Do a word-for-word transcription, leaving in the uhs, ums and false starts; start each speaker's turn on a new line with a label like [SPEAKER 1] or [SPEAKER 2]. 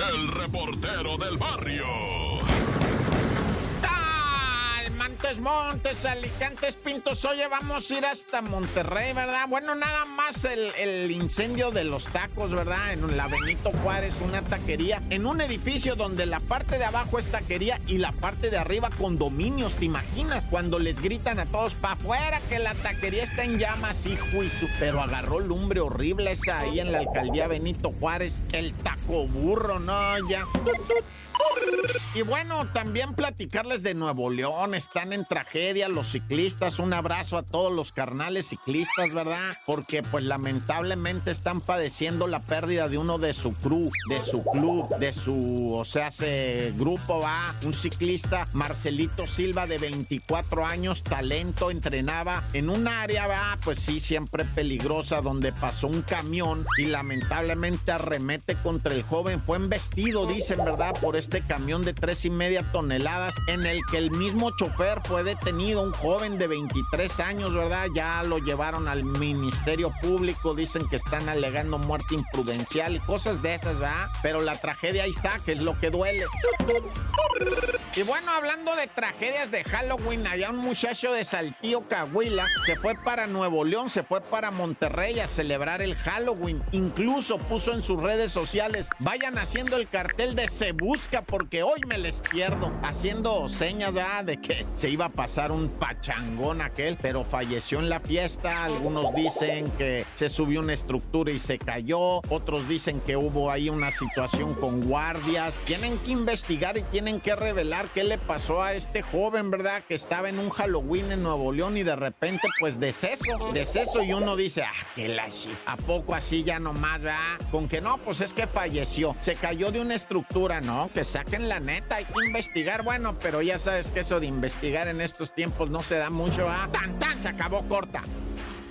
[SPEAKER 1] el reportero del barrio.
[SPEAKER 2] Montes, Montes, Alicantes, Pintos. Oye, vamos a ir hasta Monterrey, ¿verdad? Bueno, nada más el, el incendio de los tacos, ¿verdad? En la Benito Juárez, una taquería, en un edificio donde la parte de abajo es taquería y la parte de arriba condominios. ¿Te imaginas? Cuando les gritan a todos pa' afuera que la taquería está en llamas, hijo y su... Pero agarró lumbre horrible esa ahí en la alcaldía Benito Juárez. El taco burro, no, ya... Y bueno, también platicarles de Nuevo León. Están en tragedia los ciclistas. Un abrazo a todos los carnales ciclistas, ¿verdad? Porque pues lamentablemente están padeciendo la pérdida de uno de su crew, de su club, de su, o sea, ese grupo, va. Un ciclista, Marcelito Silva, de veinticuatro años, talento, entrenaba en un área, va, pues sí, siempre peligrosa, donde pasó un camión y lamentablemente arremete contra el joven. Fue embestido, dicen, ¿verdad? Por este camión de tres y media toneladas, en el que el mismo chofer fue detenido, un joven de veintitrés años, ¿verdad? Ya lo llevaron al Ministerio Público, dicen que están alegando muerte imprudencial y cosas de esas, ¿verdad? Pero la tragedia ahí está, que es lo que duele. Y bueno, hablando de tragedias de Halloween, allá un muchacho de Saltillo, Coahuila, se fue para Nuevo León, se fue para Monterrey a celebrar el Halloween. Incluso puso en sus redes sociales: vayan haciendo el cartel de Se Busca porque hoy me les pierdo, haciendo señas, ¿verdad?, de que se iba a pasar un pachangón aquel, pero falleció en la fiesta. Algunos dicen que se subió una estructura y se cayó, otros dicen que hubo ahí una situación con guardias. Tienen que investigar y tienen que revelar qué le pasó a este joven, ¿verdad?, que estaba en un Halloween en Nuevo León y de repente, pues, deceso, deceso, y uno dice, ah, que la chi, ¿a poco así ya nomás, verdad? Con que no, pues es que falleció, se cayó de una estructura, ¿no? Que saquen la neta, hay que investigar. Bueno, pero ya sabes que eso de investigar en estos tiempos no se da mucho, ¿ah? ¡Tan, tan! Se acabó corta.